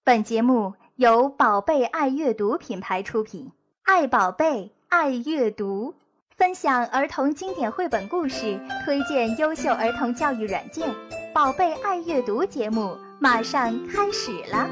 本节目由宝贝爱阅读品牌出品，爱宝贝，爱阅读，分享儿童经典绘本故事，推荐优秀儿童教育软件。宝贝爱阅读节目马上开始了。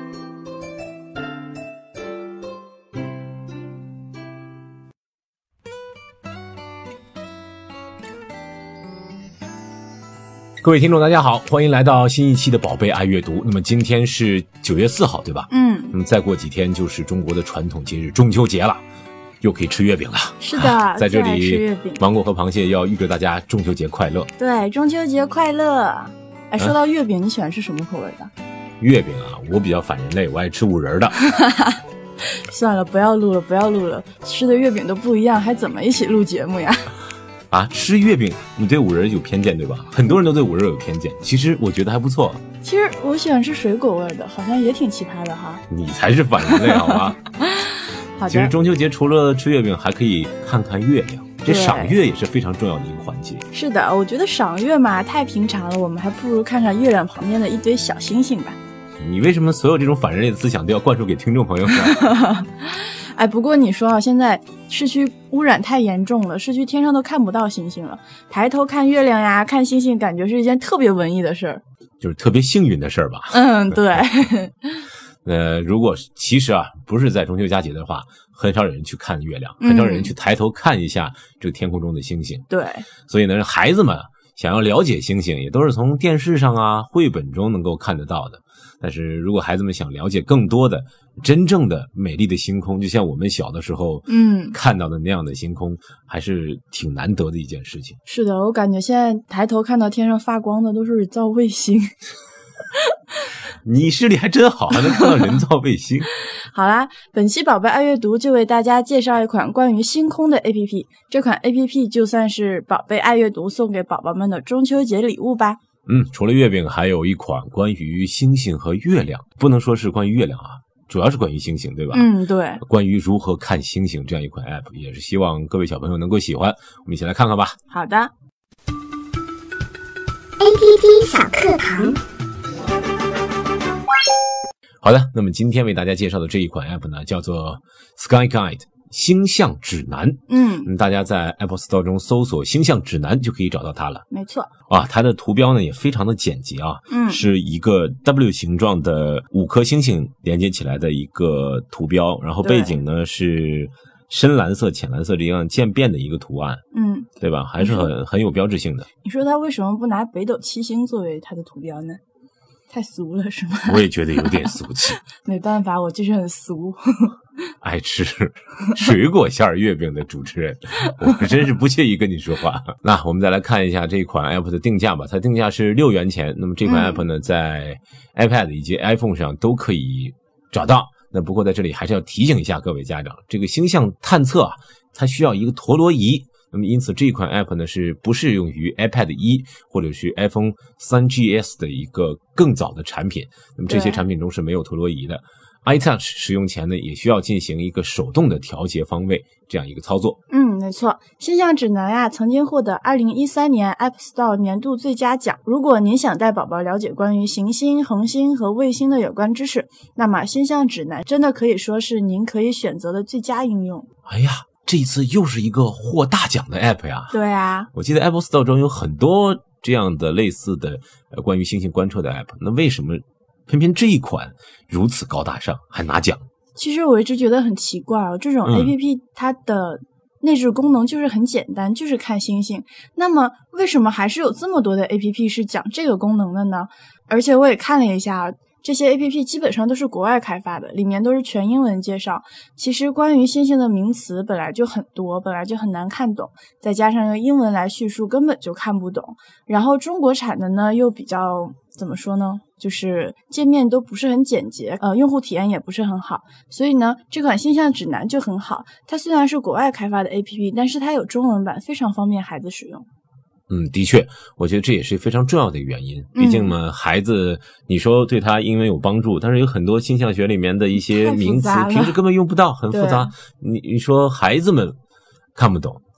各位听众大家好，欢迎来到新一期的宝贝爱阅读。那么今天是9月4号对吧？那么再过几天就是中国的传统节日中秋节了，又可以吃月饼了。 是的， 在这里芒果和螃蟹要预祝大家中秋节快乐。 对，中秋节快乐。说到月饼，你喜欢吃什么口味的？ 月饼啊，我比较反人类，我爱吃五仁的。 算了，不要录了，吃的月饼都不一样，还怎么一起录节目呀？ 啊，吃月饼你对五仁有偏见对吧？很多人都对五仁有偏见，其实我觉得还不错。 其实我喜欢吃水果味的，好像也挺奇葩的哈。 你才是反人类好吗？ 好的。 其实中秋节除了吃月饼，还可以看看月亮，这赏月也是非常重要的一个环节。 是的，我觉得赏月嘛太平常了，我们还不如看看月亮旁边的一堆小星星吧。 你为什么所有这种反人类的思想都要灌输给听众朋友呢？ 不过你说啊，现在市区污染太严重了，市区天上都看不到星星了，抬头看月亮呀，看星星，感觉是一件特别文艺的事儿， 就是特别幸运的事儿吧。 对。 如果其实啊，不是在中秋佳节的话，很少有人去看月亮，很少有人去抬头看一下这个天空中的星星。 对， 所以呢，孩子们想要了解星星，也都是从电视上啊、绘本中能够看得到的。但是如果孩子们想了解更多的真正的美丽的星空，就像我们小的时候看到的那样的星空，还是挺难得的一件事情。 是的，我感觉现在抬头看到天上发光的都是人造卫星。 你视力还真好，还能看到人造卫星。 好啦，本期宝贝爱阅读就为大家介绍一款关于星空的 APP， 这款 APP 就算是宝贝爱阅读送给宝宝们的中秋节礼物吧。 除了月饼，还有一款关于星星和月亮，不能说是关于月亮啊，主要是关于星星，对吧？ 对。 关于如何看星星这样一款 app， 也是希望各位小朋友能够喜欢。我们一起来看看吧。 好的。 APP 小课堂。 好的，那么今天为大家介绍的这一款 app 呢，叫做 Sky Guide 星象指南。大家在 Apple Store 中搜索星象指南就可以找到它了。 没错。 它的图标呢也非常的简洁啊，是一个 W 形状的5颗星星连接起来的一个图标，然后背景呢是深蓝色、浅蓝色这样渐变的一个图案。对吧？还是很有标志性的。 你说他为什么不拿北斗七星作为它的图标呢？太俗了是吗？ 我也觉得有点俗气。 没办法，我就是很俗。 爱吃水果馅儿月饼的主持人，我真是不屑于跟你说话。那我们再来看一下这款 app 的定价吧，它定价是6元钱。那么这款 app 呢，在 iPad 以及 iPhone 上都可以找到。那不过在这里还是要提醒一下各位家长，这个星象探测啊，它需要一个陀螺仪。那么因此这款 app 呢是不适用于 iPad 1或者是 iPhone 3GS 的一个更早的产品。那么这些产品中是没有陀螺仪的。iTouch 使用前呢也需要进行一个手动的调节方位这样一个操作。 没错，星象指南呀曾经获得2013年 App Store 年度最佳奖。如果您想带宝宝了解关于行星、恒星和卫星的有关知识，那么星象指南真的可以说是您可以选择的最佳应用。 哎呀，这一次又是一个获大奖的 app 呀。 对啊， 我记得 Apple Store 中有很多这样的类似的关于星星观测的 app， 那为什么偏偏这一款如此高大上还拿奖？ 其实我一直觉得很奇怪这种 APP 它的内置功能就是很简单，就是看星星，那么为什么还是有这么多的 APP 是讲这个功能的呢？而且我也看了一下这些 APP 基本上都是国外开发的，里面都是全英文介绍。其实关于星星的名词本来就很多，本来就很难看懂，再加上用英文来叙述根本就看不懂。然后中国产的呢又比较怎么说呢，就是界面都不是很简洁，用户体验也不是很好。所以呢这款星象指南就很好，它虽然是国外开发的 APP， 但是它有中文版，非常方便孩子使用。 的确，我觉得这也是非常重要的原因。毕竟嘛，孩子你说对他英文有帮助，但是有很多星象学里面的一些名词平时根本用不到，很复杂。你说孩子们看不懂，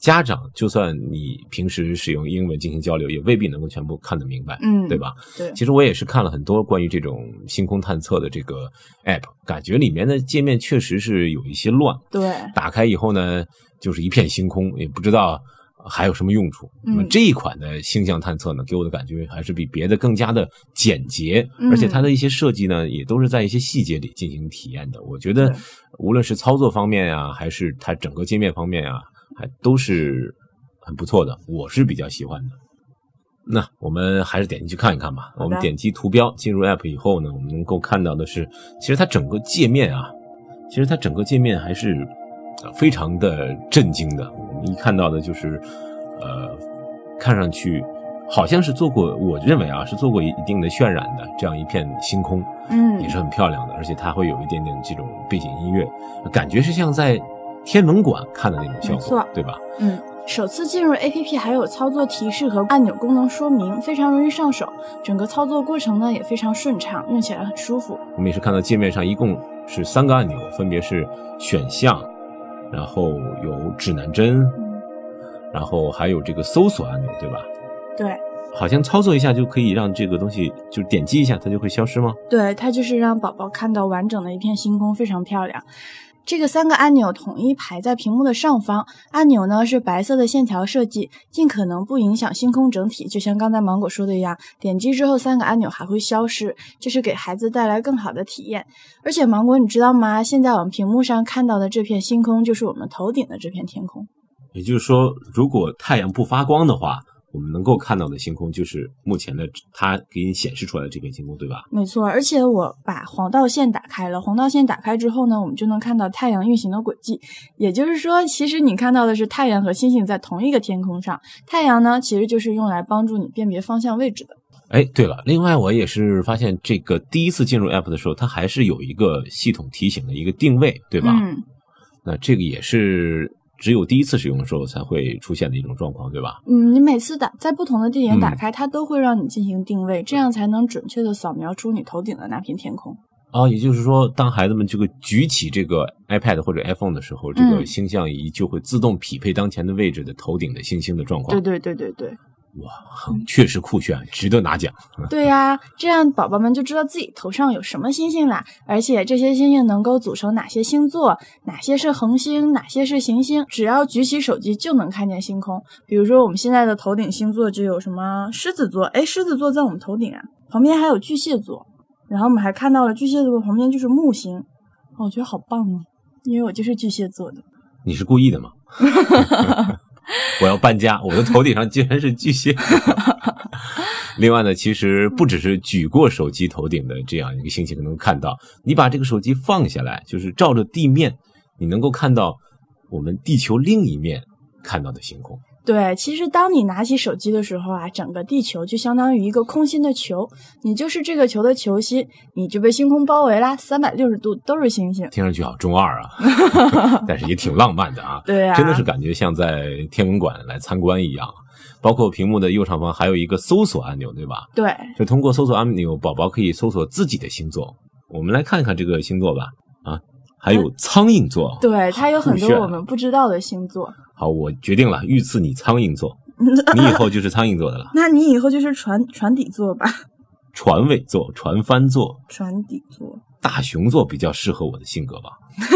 家长就算你平时使用英文进行交流，也未必能够全部看得明白，对吧？ 对。 其实我也是看了很多关于这种星空探测的这个 app， 感觉里面的界面确实是有一些乱。 对， 打开以后呢，就是一片星空，也不知道还有什么用处。那么这一款的星象探测呢，给我的感觉还是比别的更加的简洁，而且它的一些设计呢，也都是在一些细节里进行体验的。我觉得无论是操作方面啊，还是它整个界面方面啊，还都是很不错的，我是比较喜欢的。那我们还是点进去看一看吧。我们点击图标进入 app 以后呢，我们能够看到的是，其实它整个界面还是非常的震惊的。我们一看到的就是看上去好像是做过，我认为啊是做过一定的渲染的这样一片星空，也是很漂亮的，而且它会有一点点这种背景音乐，感觉是像在天文馆看的那种效果，对吧？ 首次进入 APP 还有操作提示和按钮功能说明，非常容易上手，整个操作过程呢也非常顺畅，用起来很舒服。 我们也是看到界面上一共是3个按钮，分别是选项，然后有指南针，然后还有这个搜索按钮，对吧？ 对， 好像操作一下就可以让这个东西就点击一下它就会消失吗？ 对，它就是让宝宝看到完整的一片星空，非常漂亮。这个3个按钮统一排在屏幕的上方，按钮呢是白色的线条设计，尽可能不影响星空整体，就像刚才芒果说的一样，点击之后3个按钮还会消失，这是给孩子带来更好的体验。而且芒果你知道吗？现在我们屏幕上看到的这片星空就是我们头顶的这片天空。 也就是说，如果太阳不发光的话，我们能够看到的星空就是目前的它给你显示出来的这片星空，对吧？ 没错，而且我把黄道线打开了，黄道线打开之后呢，我们就能看到太阳运行的轨迹。也就是说，其实你看到的是太阳和星星在同一个天空上，太阳呢其实就是用来帮助你辨别方向位置的。 哎，对了，另外我也是发现这个第一次进入 app 的时候，它还是有一个系统提醒的一个定位，对吧？那这个也是只有第一次使用的时候才会出现的一种状况，对吧？ 你每次在不同的地点打开，它都会让你进行定位，这样才能准确的扫描出你头顶的那片天空。 也就是说，当孩子们这个举起这个 iPad 或者 iPhone 的时候，这个星象仪就会自动匹配当前的位置的头顶的星星的状况。 对。 哇，确实酷炫，值得拿奖。 对呀，这样宝宝们就知道自己头上有什么星星啦，而且这些星星能够组成哪些星座，哪些是恒星，哪些是行星，只要举起手机就能看见星空。比如说我们现在的头顶星座就有什么狮子座，狮子座在我们头顶啊，旁边还有巨蟹座，然后我们还看到了巨蟹座旁边就是木星，我觉得好棒啊，因为我就是巨蟹座的。 你是故意的吗？我要搬家，我的头顶上居然是巨蟹。另外呢，其实不只是举过手机头顶的这样一个星星能看到，你把这个手机放下来，就是照着地面，你能够看到我们地球另一面看到的星空。 对，其实当你拿起手机的时候啊，整个地球就相当于一个空心的球，你就是这个球的球心，你就被星空包围啦，360度都是星星。 听上去好中二啊，但是也挺浪漫的啊。 对啊， 真的是感觉像在天文馆来参观一样。包括屏幕的右上方还有一个搜索按钮，对吧？ 对， 就通过搜索按钮，宝宝可以搜索自己的星座。我们来看看这个星座吧。还有苍蝇座， 对，它有很多我们不知道的星座。 好，我决定了，御赐你苍蝇座，你以后就是苍蝇座的了。 那你以后就是船底座吧？ 船尾座、船帆座、 船底座、 大熊座比较适合我的性格吧？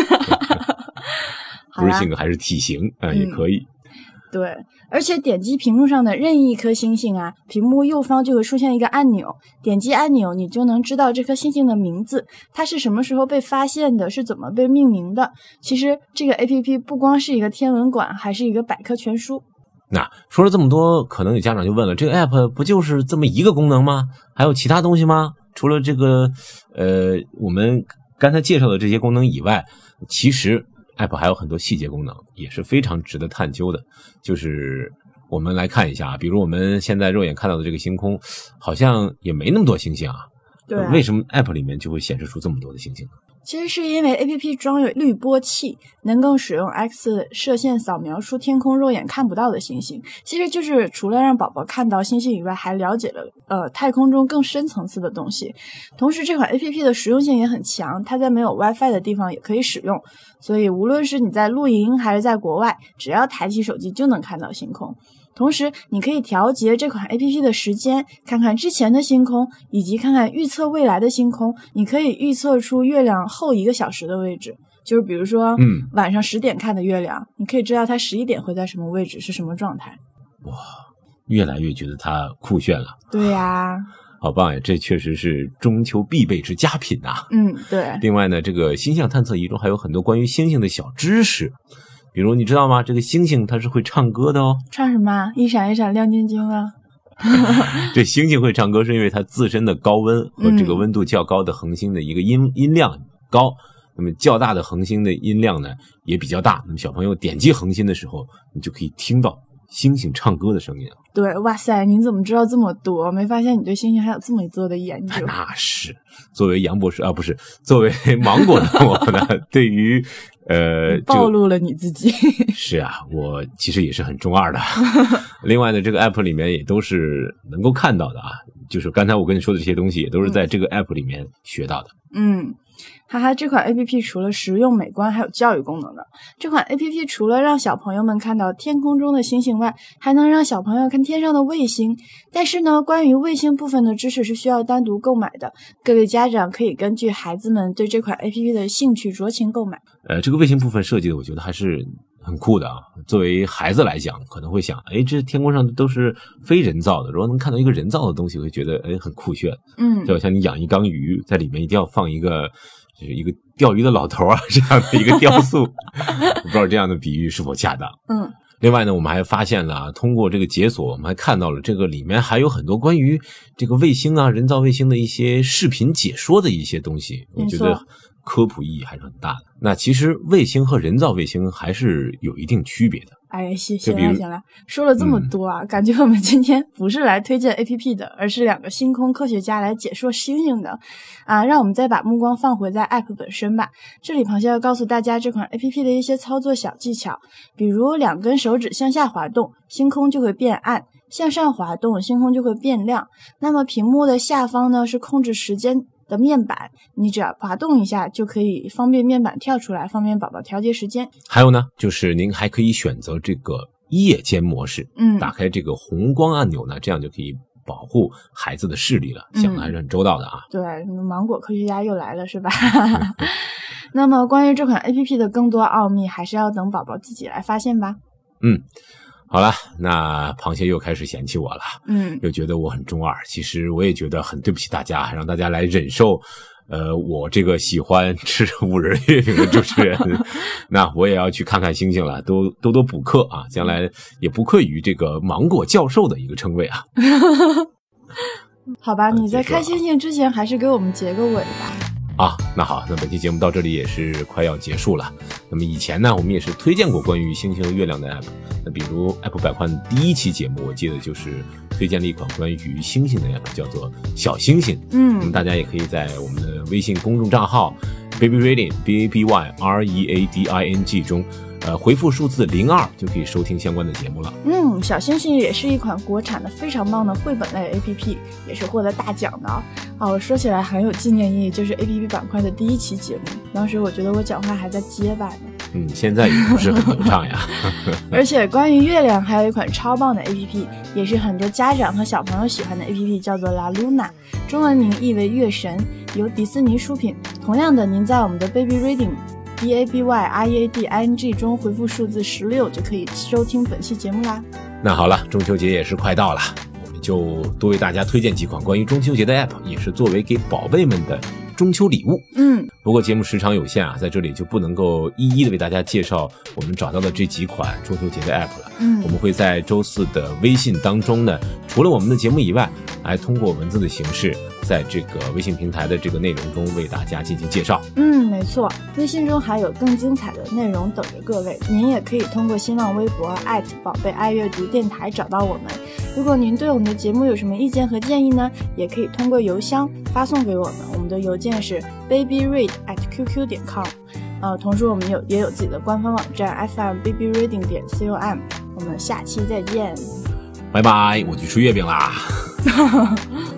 不是性格，还是体型也可以。 对，而且点击屏幕上的任意一颗星星啊，屏幕右方就会出现一个按钮，点击按钮你就能知道这颗星星的名字，它是什么时候被发现的，是怎么被命名的。其实这个 APP 不光是一个天文馆，还是一个百科全书。 那说了这么多，可能有家长就问了，这个 app 不就是这么一个功能吗？还有其他东西吗？除了这个我们刚才介绍的这些功能以外，其实app 还有很多细节功能，也是非常值得探究的。就是我们来看一下，比如我们现在肉眼看到的这个星空，好像也没那么多星星啊。 对为什么 App 里面就会显示出这么多的星星呢？ 其实是因为 APP 装有滤波器，能够使用 X 射线扫描出天空肉眼看不到的星星。其实就是除了让宝宝看到星星以外，还了解了太空中更深层次的东西。同时这款 APP 的实用性也很强，它在没有 WiFi 的地方也可以使用，所以无论是你在露营还是在国外，只要抬起手机就能看到星空。同时你可以调节这款 APP 的时间，看看之前的星空，以及看看预测未来的星空。你可以预测出月亮后1个小时的位置，就是比如说晚上10点看的月亮，你可以知道它11点会在什么位置，是什么状态。 哇，越来越觉得它酷炫了。 对呀， 好棒呀，这确实是中秋必备之佳品啊。 对。 另外呢，这个星象探测仪中还有很多关于星星的小知识，比如你知道吗？这个星星它是会唱歌的哦。 唱什么？一闪一闪亮晶晶啊。 这星星会唱歌是因为它自身的高温和这个温度较高的恒星的一个音量高，那么较大的恒星的音量呢也比较大，那么小朋友点击恒星的时候，你就可以听到星星唱歌的声音。 对，哇塞，你怎么知道这么多？没发现你对星星还有这么多的研究？ 那是作为杨博士啊，不是作为芒果的我呢，对于暴露了你自己。 是啊，我其实也是很中二的。另外呢，这个 app 里面也都是能够看到的啊，就是刚才我跟你说的这些东西也都是在这个 app 里面学到的。 哈哈，这款 APP 除了实用美观还有教育功能的。这款 APP 除了让小朋友们看到天空中的星星外，还能让小朋友看天上的卫星。但是呢，关于卫星部分的知识是需要单独购买的，各位家长可以根据孩子们对这款 APP 的兴趣酌情购买。 这个卫星部分设计的我觉得还是很酷的啊。作为孩子来讲可能会想，这天空上都是非人造的，如果能看到一个人造的东西会觉得很酷炫。对吧？像你养一缸鱼，在里面一定要放一个就是一个钓鱼的老头啊，这样的一个雕塑。我不知道这样的比喻是否恰当。另外呢，我们还发现了通过这个解锁，我们还看到了这个里面还有很多关于这个卫星啊、人造卫星的一些视频解说的一些东西，我觉得科普意义还是很大的。那其实卫星和人造卫星还是有一定区别的。 行了，说了这么多啊，感觉我们今天不是来推荐 APP 的，而是2个星空科学家来解说星星的啊。让我们再把目光放回在 App 本身吧。这里螃蟹要告诉大家这款 APP 的一些操作小技巧，比如2根手指向下滑动，星空就会变暗；向上滑动，星空就会变亮。那么屏幕的下方呢是控制时间的面板，你只要滑动一下就可以方便面板跳出来，方便宝宝调节时间。 还有呢，就是您还可以选择这个夜间模式，打开这个红光按钮呢，这样就可以保护孩子的视力了，想的还是很周到的啊。 对，芒果科学家又来了是吧？那么关于这款 APP 的更多奥秘，还是要等宝宝自己来发现吧。 好了，那螃蟹又开始嫌弃我了，又觉得我很中二。其实我也觉得很对不起大家，让大家来忍受我这个喜欢吃5仁月饼的主持人。那我也要去看看星星了，多多补课啊，将来也不愧于这个芒果教授的一个称谓啊。 好吧，你在看星星之前还是给我们结个尾吧。 那好，那本期节目到这里也是快要结束了。那么以前呢，我们也是推荐过关于星星和月亮的 app。那比如 App 百宽第1期节目，我记得就是推荐了一款关于星星的 app， 叫做小星星。那么大家也可以在我们的微信公众账号 Baby Reading BABYREADING 中回复数字02就可以收听相关的节目了。 小星星也是一款国产的非常棒的绘本类 APP， 也是获得大奖的我说起来很有纪念意义，就是 APP 板块的第1期节目，当时我觉得我讲话还在结巴呢。 现在也不是很流畅呀。 而且关于月亮还有一款超棒的 APP， 也是很多家长和小朋友喜欢的 APP， 叫做 La Luna， 中文名译为月神，由迪士尼出品。同样的，您在我们的 Baby Reading BABYREADING 中回复数字16就可以收听本期节目啦。 那好了，中秋节也是快到了，我们就多为大家推荐几款关于中秋节的 app， 也是作为给宝贝们的中秋礼物。不过节目时长有限在这里就不能够一一的为大家介绍我们找到的这几款中秋节的 app 了。我们会在周4的微信当中呢，除了我们的节目以外，还通过文字的形式在这个微信平台的这个内容中为大家进行介绍。 没错，微信中还有更精彩的内容等着各位，您也可以通过新浪微博宝贝爱阅读电台找到我们， 如果您对我们的节目有什么意见和建议呢，也可以通过邮箱发送给我们，我们的邮件是 babyread@qq.com。同时我们也有自己的官方网站 fmbabyreading.com。我们下期再见， 拜拜，我去吃月饼啦。